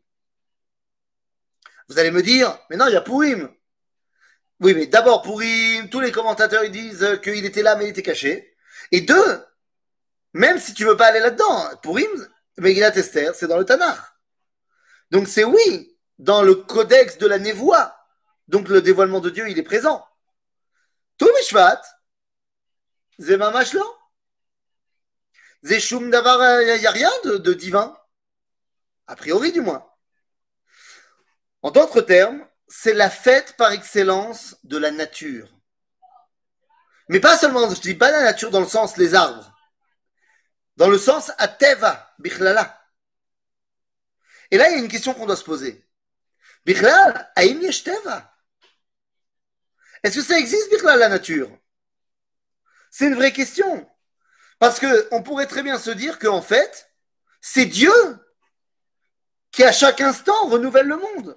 Vous allez me dire, mais non, il y a Purim. Oui, mais d'abord, Purim, tous les commentateurs ils disent qu'il était là, mais il était caché. Et 2, même si tu veux pas aller là-dedans, Purim, Megillat Esther, c'est dans le Tanakh. Donc c'est oui, dans le codex de la Névoie. Donc le dévoilement de Dieu, il est présent. Tou Bishvat, c'est mamash lo. C'est shum davar, il n'y a rien de divin. A priori, du moins. En d'autres termes, c'est la fête par excellence de la nature. Mais pas seulement, je ne dis pas la nature dans le sens les arbres. Dans le sens ateva, bichlala. Et là, il y a une question qu'on doit se poser. Bichlal, aïm yesh teva. Est-ce que ça existe, bichlal, la nature? C'est une vraie question. Parce qu'on pourrait très bien se dire qu'en fait, c'est Dieu qui à chaque instant renouvelle le monde.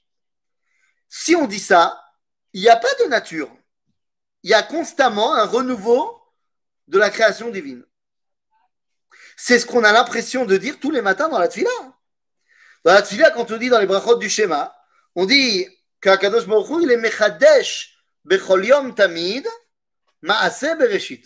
Si on dit ça, il n'y a pas de nature. Il y a constamment un renouveau de la création divine. C'est ce qu'on a l'impression de dire tous les matins dans la tfila. Dans la tfila, quand on dit dans les brachot du schéma, on dit qu'Akadosh Baruch Hu, il est mechadesh bechol yom tamid ma'aseh bereshit.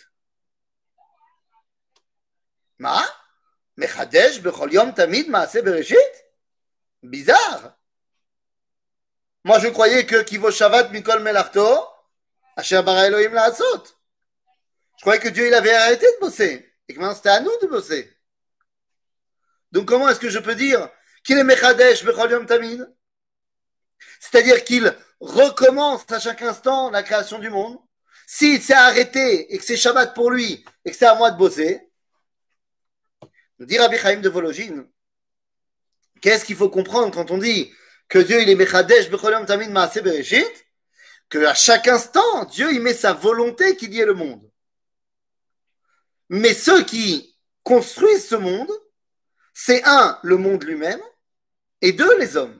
Ma? Mechadesh bechol yom tamid ma'aseh bereshit? Bizarre. Moi, je croyais que Kivo Shabbat Mikol Melarto, Asher Bara Elohim La'asot. Je croyais que Dieu il avait arrêté de bosser et que maintenant c'était à nous de bosser. Donc comment est-ce que je peux dire qu'il est Mechadesh Bechol Yom Tamid? C'est-à-dire qu'il recommence à chaque instant la création du monde. S'il s'est arrêté et que c'est Shabbat pour lui et que c'est à moi de bosser, nous dit Rabbi Chaim de Vologine, qu'est-ce qu'il faut comprendre quand on dit que Dieu il est Mechadesh Bechol Yom Tamid Ma'aseh Bereshit, qu'à chaque instant, Dieu il met sa volonté qui liait le monde. Mais ceux qui construisent ce monde, c'est le monde lui-même, et 2, les hommes.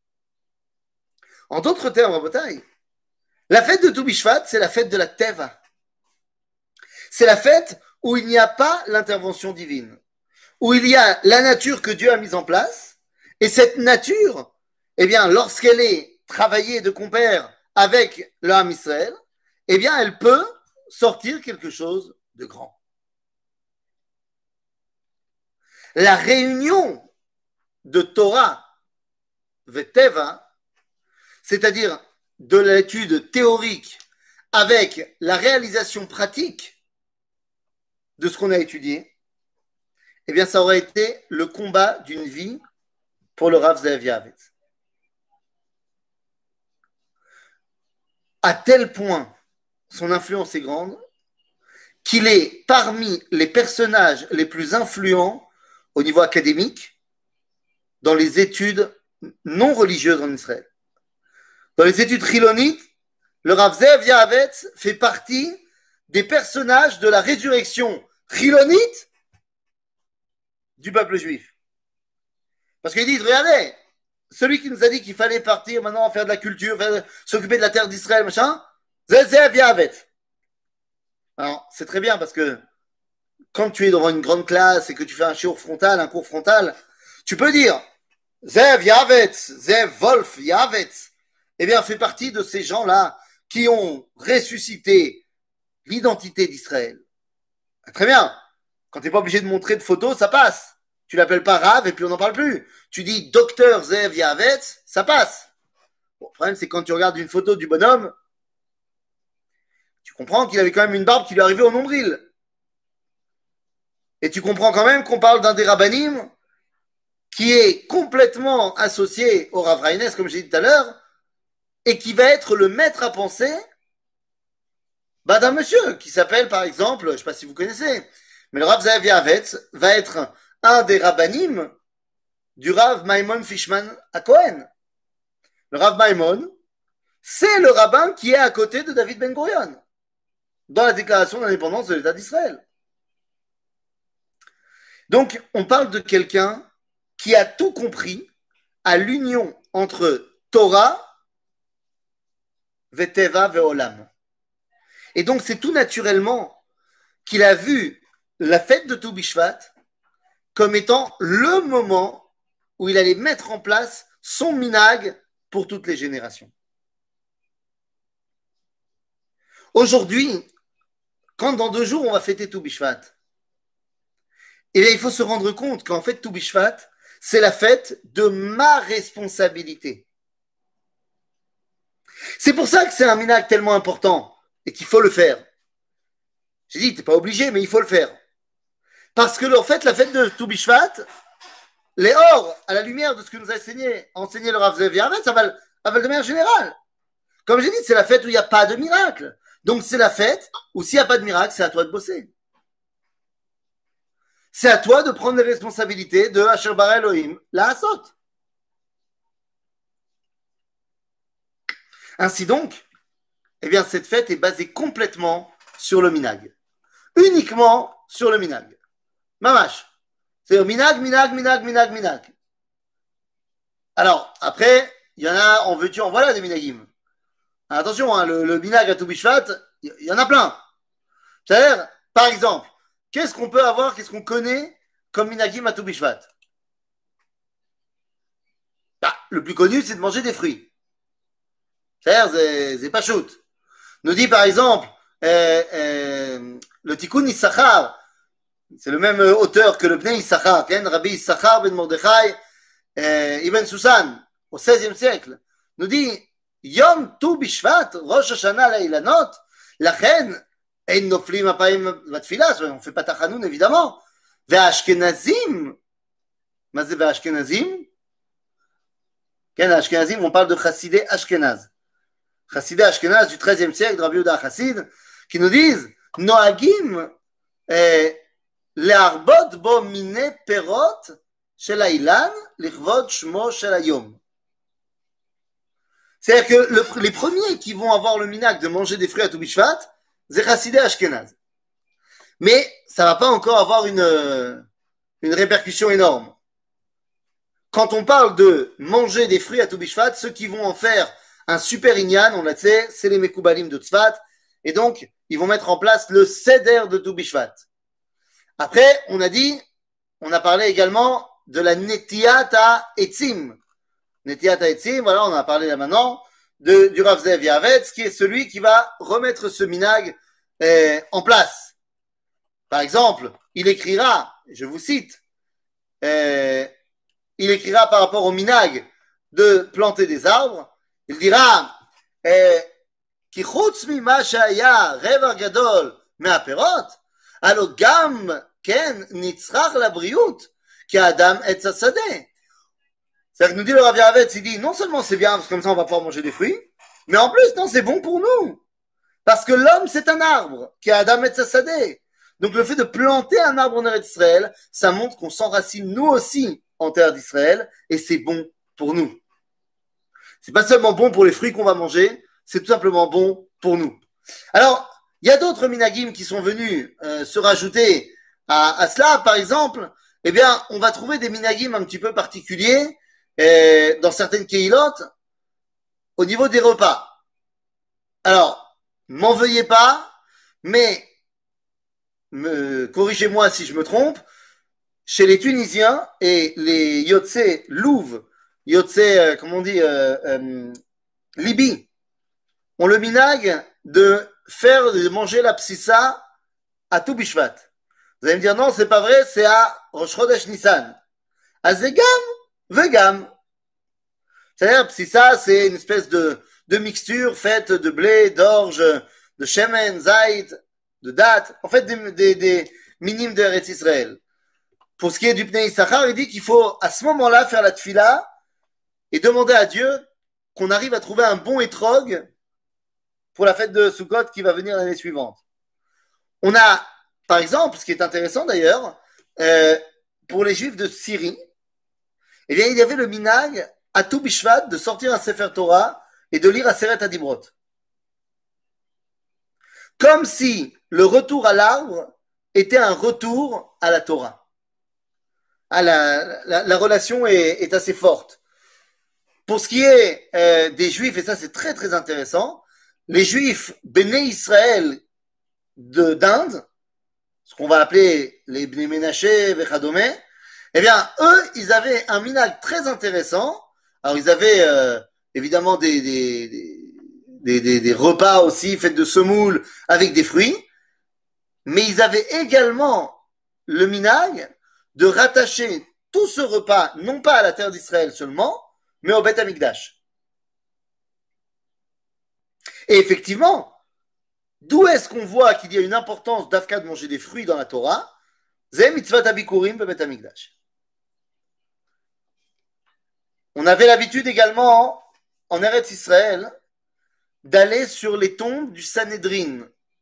En d'autres termes, Rabotai, la fête de Tou Bishvat, c'est la fête de la Teva. C'est la fête où il n'y a pas l'intervention divine, où il y a la nature que Dieu a mise en place, et cette nature, eh bien, lorsqu'elle est travaillée de compère avec le Ham Israël, eh bien, elle peut sortir quelque chose de grand. La réunion de Torah Veteva, c'est-à-dire de l'étude théorique avec la réalisation pratique de ce qu'on a étudié, eh bien, ça aurait été le combat d'une vie pour le Rav Ze'ev Yahavitz. À tel point, son influence est grande qu'il est parmi les personnages les plus influents au niveau académique dans les études non religieuses en Israël. Dans les études chilonites, le Rav Ze'ev Yahavitz fait partie des personnages de la résurrection chilonite du peuple juif. Parce qu'ils disent, regardez, celui qui nous a dit qu'il fallait partir maintenant faire de la culture, s'occuper de la terre d'Israël, machin, Ze'ev Yahavitz. Alors, c'est très bien parce que quand tu es devant une grande classe et que tu fais un cours frontal, Tu peux dire, Zev Yavetz, Zev Wolf Yavetz, eh bien, fait partie de ces gens-là qui ont ressuscité l'identité d'Israël. Très bien. Quand tu n'es pas obligé de montrer de photos, ça passe. Tu l'appelles pas Rav et puis on n'en parle plus. Tu dis Docteur Zev Yavetz, ça passe. Bon, le problème, c'est quand tu regardes une photo du bonhomme, tu comprends qu'il avait quand même une barbe qui lui arrivait au nombril. Et tu comprends quand même qu'on parle d'un des rabbanim qui est complètement associé au Rav Reines, comme j'ai dit tout à l'heure, et qui va être le maître à penser d'un monsieur qui s'appelle, par exemple, je ne sais pas si vous connaissez, mais le Rav Zev Yavetz va être un des rabbanim du Rav Maimon Fishman à Cohen. Le Rav Maimon, c'est le rabbin qui est à côté de David Ben Gurion dans la déclaration d'indépendance de l'État d'Israël. Donc, on parle de quelqu'un qui a tout compris à l'union entre Torah, Veteva, Veolam. Et donc, c'est tout naturellement qu'il a vu la fête de Tou Bishvat comme étant le moment où il allait mettre en place son minag pour toutes les générations. Aujourd'hui, quand dans 2 jours on va fêter Tou Bishvat, et bien, il faut se rendre compte qu'en fait Tou Bishvat, c'est la fête de ma responsabilité. C'est pour ça que c'est un minag tellement important et qu'il faut le faire. J'ai dit, t'es pas obligé, mais il faut le faire. Parce que, en fait, la fête de Tou Bishvat, les or, à la lumière de ce que nous a enseigné le Rav Zev Yavetz, ça va de manière générale. Comme j'ai dit, c'est la fête où il n'y a pas de miracle. Donc, c'est la fête où s'il n'y a pas de miracle, c'est à toi de bosser. C'est à toi de prendre les responsabilités de Asher Bara Elohim, la Asot. Ainsi donc, eh bien, cette fête est basée complètement sur le minag. Uniquement sur le minag. Mamash. C'est minag, minag, minag, minag, minag. Alors, après, il y en a, en veux-tu, en voilà des minagim. Attention, hein, le minag à Tou Bishvat, il y en a plein. C'est-à-dire, par exemple, qu'est-ce qu'on peut avoir, qu'est-ce qu'on connaît comme minagim à Tou Bishvat? Le plus connu, c'est de manger des fruits. C'est pas shoot. Nous dit par exemple, le Tikkun Issachar, c'est le même auteur que le Bnei Issachar, Rabbi Issachar ben Mordechai Ibn Susan, au XVIe siècle, nous dit Yom Tu Bishvat, Rosh Hashanah Leilanot, Lachen, Ein Noflim Apayim Vatfila, on ne fait pas Tachanoun évidemment, Ve'ashkenazim, Mazé Ve'ashkenazim, Ashkenazim, on parle de Chassidé Ashkenaz. Chassidé Ashkenaz du XIIIe siècle, de Rabbi Yehuda Chassid, qui nous disent Noagim le'arbot bo mine perot shel hailan lichvod shmo shel hayom. C'est-à-dire que les premiers qui vont avoir le minag de manger des fruits à Tou Bishvat, c'est Chassidé Ashkenaz. Mais ça ne va pas encore avoir une répercussion énorme. Quand on parle de manger des fruits à Tou Bishvat, ceux qui vont en faire un super inyan, on l'a dit, c'est les Mekoubalim de Tzfat, et donc ils vont mettre en place le Seder de Tou Bishvat. Après, on a parlé également de la Netiyat HaEtzim. Netiyat HaEtzim, voilà, on en a parlé là maintenant, du Rav Zev Yavetz, qui est celui qui va remettre ce minag en place. Par exemple, il écrira, je vous cite, il écrira par rapport au minag de planter des arbres, il dira כי חוץ ממה שהיה רווח גדול מהפירות, הלא גם כן נצרך לבריאות, כי האדם עץ השדה. C'est-à-dire que nous dit le Rav Yavetz, il dit non seulement c'est bien parce que comme ça on va pouvoir manger des fruits, mais en plus non c'est bon pour nous. Parce que l'homme c'est un arbre, qui est Adam Etz Hasadeh. Donc le fait de planter un arbre en Eretz Israël, ça montre qu'on s'enracine nous aussi en terre d'Israël et c'est bon pour nous. C'est pas seulement bon pour les fruits qu'on va manger, c'est tout simplement bon pour nous. Alors, il y a d'autres minagim qui sont venus se rajouter à cela. Par exemple, eh bien, on va trouver des minagim un petit peu particuliers dans certaines keilot au niveau des repas. Alors, m'en veuillez pas, mais corrigez-moi si je me trompe. chez les Tunisiens et les Yotse Louv, Yotse, comment on dit, Libye, ont le minag de manger la psissa à tout Bishvat. Vous allez me dire, non, c'est pas vrai, c'est à Rosh Chodesh Nissan. À Zegam, Vegam. C'est-à-dire, psissa, c'est une espèce de mixture faite de blé, d'orge, de shemen, zayt, de date, en fait, des minimes de Eretz Israël. Pour ce qui est du Pnei Issachar, il dit qu'il faut à ce moment-là faire la tfila et demander à Dieu qu'on arrive à trouver un bon étrog pour la fête de Sukkot qui va venir l'année suivante. On a, par exemple, ce qui est intéressant d'ailleurs, pour les Juifs de Syrie, eh bien, il y avait le minag à tout Bishvat de sortir un Sefer Torah et de lire Aseret Adibrot. Comme si le retour à l'arbre était un retour à la Torah. Ah, la relation est assez forte. Pour ce qui est des Juifs, et ça c'est très très intéressant, les Juifs Béné Israël d'Inde, ce qu'on va appeler les Bnei Menaché, Vechadome, eh bien, eux, ils avaient un minag très intéressant. Alors, ils avaient évidemment des repas aussi faits de semoule avec des fruits, mais ils avaient également le minag de rattacher tout ce repas, non pas à la terre d'Israël seulement, mais au Beth Amikdash. Et effectivement, d'où est-ce qu'on voit qu'il y a une importance d'Afka de manger des fruits dans la Torah? Zeh mitzvat abikurim bebet Amikdash. On avait l'habitude également, en Eretz Israël, d'aller sur les tombes du Sanhedrin.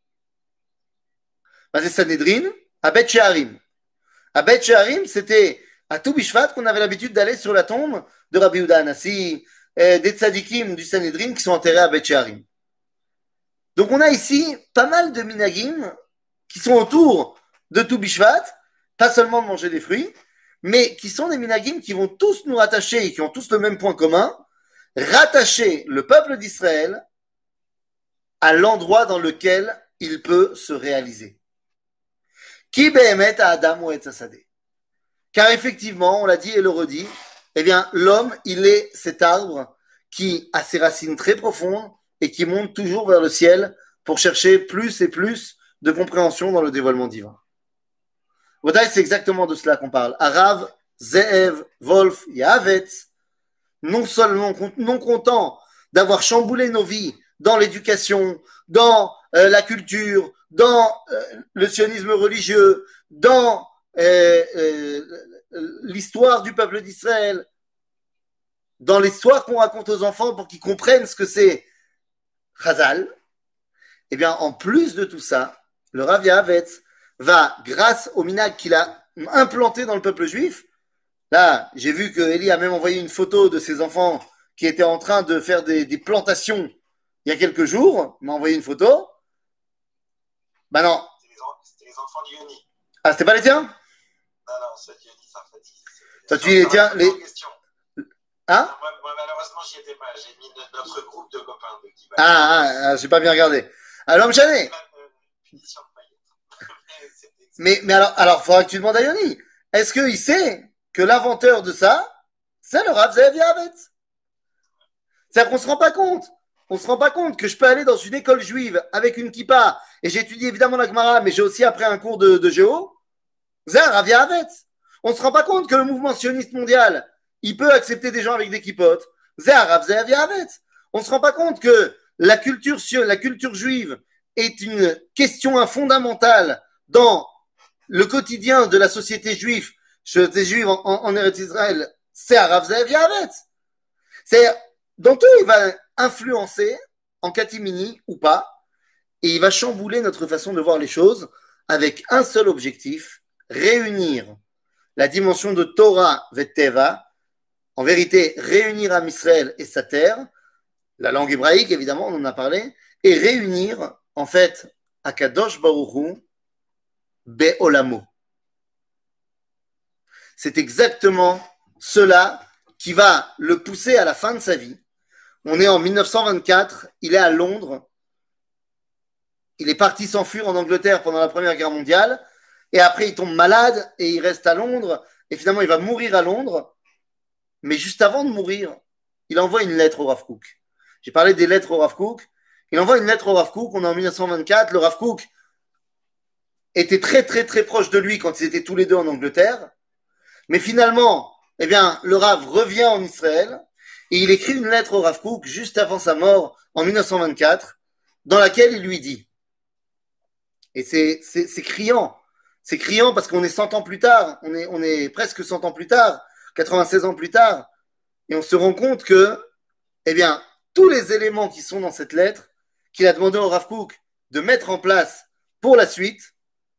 C'est Sanhedrin à Bet She'arim. À Bet She'arim, c'était à tout Bishvat qu'on avait l'habitude d'aller sur la tombe de Rabbi Yehuda Hanassi, des tzadikim du Sanhedrin qui sont enterrés à Bet She'arim. Donc on a ici pas mal de minagim qui sont autour de tout Bishvat, pas seulement de manger des fruits, mais qui sont des minagim qui vont tous nous rattacher et qui ont tous le même point commun, rattacher le peuple d'Israël à l'endroit dans lequel il peut se réaliser. Ki behemet Adam ou etzasadeh. Car effectivement, on l'a dit et le redit, eh bien, l'homme, il est cet arbre qui a ses racines très profondes et qui monte toujours vers le ciel pour chercher plus et plus de compréhension dans le dévoilement divin. C'est exactement de cela qu'on parle. Arav, Zeev, Wolf, Yahavetz, non seulement non content d'avoir chamboulé nos vies dans l'éducation, dans la culture, dans le sionisme religieux, dans l'histoire du peuple d'Israël, dans l'histoire qu'on raconte aux enfants pour qu'ils comprennent ce que c'est Chazal, eh bien, en plus de tout ça, le Rav Yahavetz va, grâce au minag qu'il a implanté dans le peuple juif, là, j'ai vu que Eli a même envoyé une photo de ses enfants qui étaient en train de faire des plantations il y a quelques jours, il m'a envoyé une photo. Ben non. C'était les enfants de Yoni. Ah, c'était pas les tiens? Non, non, c'est Yoni Sarfati. Toi, tu les tiens, les... Hein? Moi, malheureusement, j'y étais pas. J'ai mis notre groupe de copains. J'ai pas bien regardé. Alors, Mchané. Mais alors, faudra que tu demandes à Yoni. Est-ce qu'il sait que l'inventeur de ça, c'est le Rav Zeev Yahavetz? C'est-à-dire qu'on se rend pas compte. On se rend pas compte que je peux aller dans une école juive avec une kippa et j'étudie évidemment la Gemara, mais j'ai aussi appris un cours de géo. C'est un Rav Yahavetz. On se rend pas compte que le mouvement sioniste mondial, il peut accepter des gens avec des kippotes. C'est un Rav Zeev Yahavetz. On se rend pas compte que la culture juive est une question fondamentale dans le quotidien de la société juive en Eretz Israël. C'est un Rav Zeev Yahavetz. C'est dans tout, il va influencer en catimini ou pas, et il va chambouler notre façon de voir les choses avec un seul objectif, réunir la dimension de Torah Veteva, en vérité réunir Am Israël et sa terre, la langue hébraïque évidemment, on en a parlé, et réunir en fait Akadosh Baruch Hu Be'olamo. C'est exactement cela qui va le pousser à la fin de sa vie. On est en 1924, il est à Londres, il est parti s'enfuir en Angleterre pendant la Première Guerre mondiale, et après il tombe malade et il reste à Londres, et finalement il va mourir à Londres, mais juste avant de mourir, il envoie une lettre au Rav Kook. J'ai parlé des lettres au Rav Kook. Il envoie une lettre au Rav Kook, on est en 1924, le Rav Kook était très très très proche de lui quand ils étaient tous les deux en Angleterre, mais finalement, eh bien, le Rav revient en Israël, et il écrit une lettre au Rav Kook juste avant sa mort en 1924, dans laquelle il lui dit, et c'est criant. C'est criant parce qu'on est 100 ans plus tard, on est presque 100 ans plus tard, 96 ans plus tard, et on se rend compte que, eh bien, tous les éléments qui sont dans cette lettre, qu'il a demandé au Rav Kook de mettre en place pour la suite,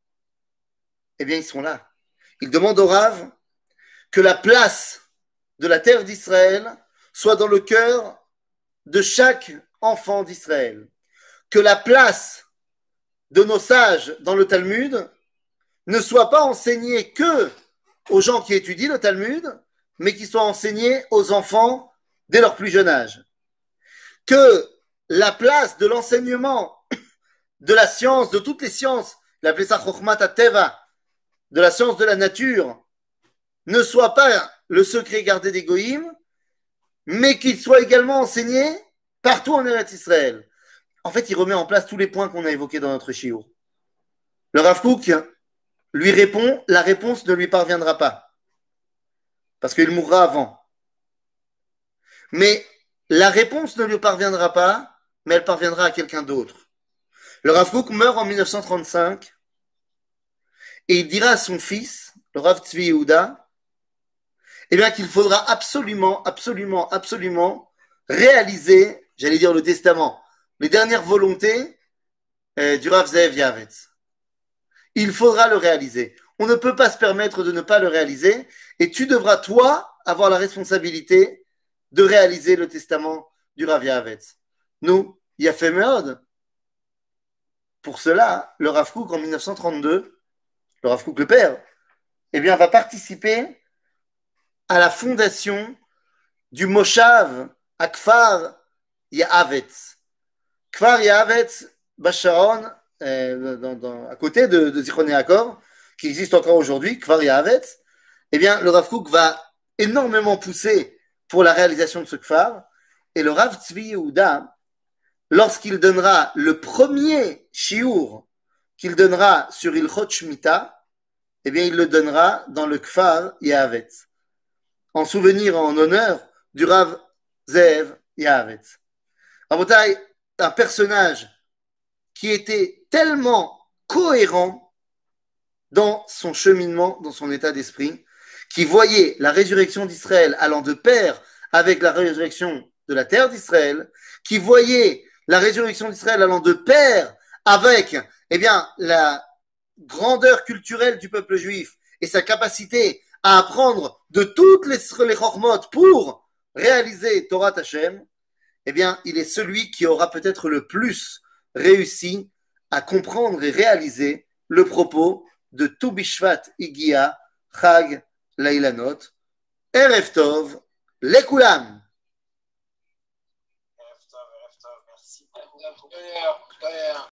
eh bien, ils sont là. Il demande au Rav que la place de la terre d'Israël soit dans le cœur de chaque enfant d'Israël. Que la place de nos sages dans le Talmud ne soit pas enseignée que aux gens qui étudient le Talmud, mais qui soit enseignée aux enfants dès leur plus jeune âge. Que la place de l'enseignement de la science, de toutes les sciences, il appelait ça Chokhmat Teva, de la science de la nature, ne soit pas le secret gardé des Goïms, mais qu'il soit également enseigné partout en Eretz Israël. En fait, il remet en place tous les points qu'on a évoqués dans notre shiur. Le Rav Kook lui répond, la réponse ne lui parviendra pas, parce qu'il mourra avant. Mais la réponse ne lui parviendra pas, mais elle parviendra à quelqu'un d'autre. Le Rav Kook meurt en 1935, et il dira à son fils, le Rav Tzvi Yehuda, eh bien qu'il faudra absolument, absolument, absolument réaliser, j'allais dire le testament, les dernières volontés du Rav Zeev Yavetz. Il faudra le réaliser. On ne peut pas se permettre de ne pas le réaliser, et tu devras, toi, avoir la responsabilité de réaliser le testament du Rav Yavetz. Nous, il a fait Meod. Pour cela, le Rav Kook, en 1932, le Rav Kook, le père, eh bien, va participer à la fondation du Moshav à Kfar Yahavetz. Kfar Yahavetz, Basharon, à côté de Zichron Yaakov, qui existe encore aujourd'hui, Kfar Yahavetz, eh bien, le Rav Kook va énormément pousser pour la réalisation de ce Kfar, et le Rav Tzvi Yehuda, lorsqu'il donnera le premier shiur qu'il donnera sur Ilchot Shmita, eh bien, il le donnera dans le Kfar Yahavetz, en souvenir, en honneur du Rav Zeev Yahavetz. Rabotai, un personnage qui était tellement cohérent dans son cheminement, dans son état d'esprit, qui voyait la résurrection d'Israël allant de pair avec la résurrection de la terre d'Israël, qui voyait la résurrection d'Israël allant de pair avec, eh bien, la grandeur culturelle du peuple juif et sa capacité à apprendre de toutes les chormot pour réaliser Torah Hashem, eh bien, il est celui qui aura peut-être le plus réussi à comprendre et réaliser le propos de Tu Bishvat Igia Chag Lailanot. Erev Tov, Lekulam. Merci.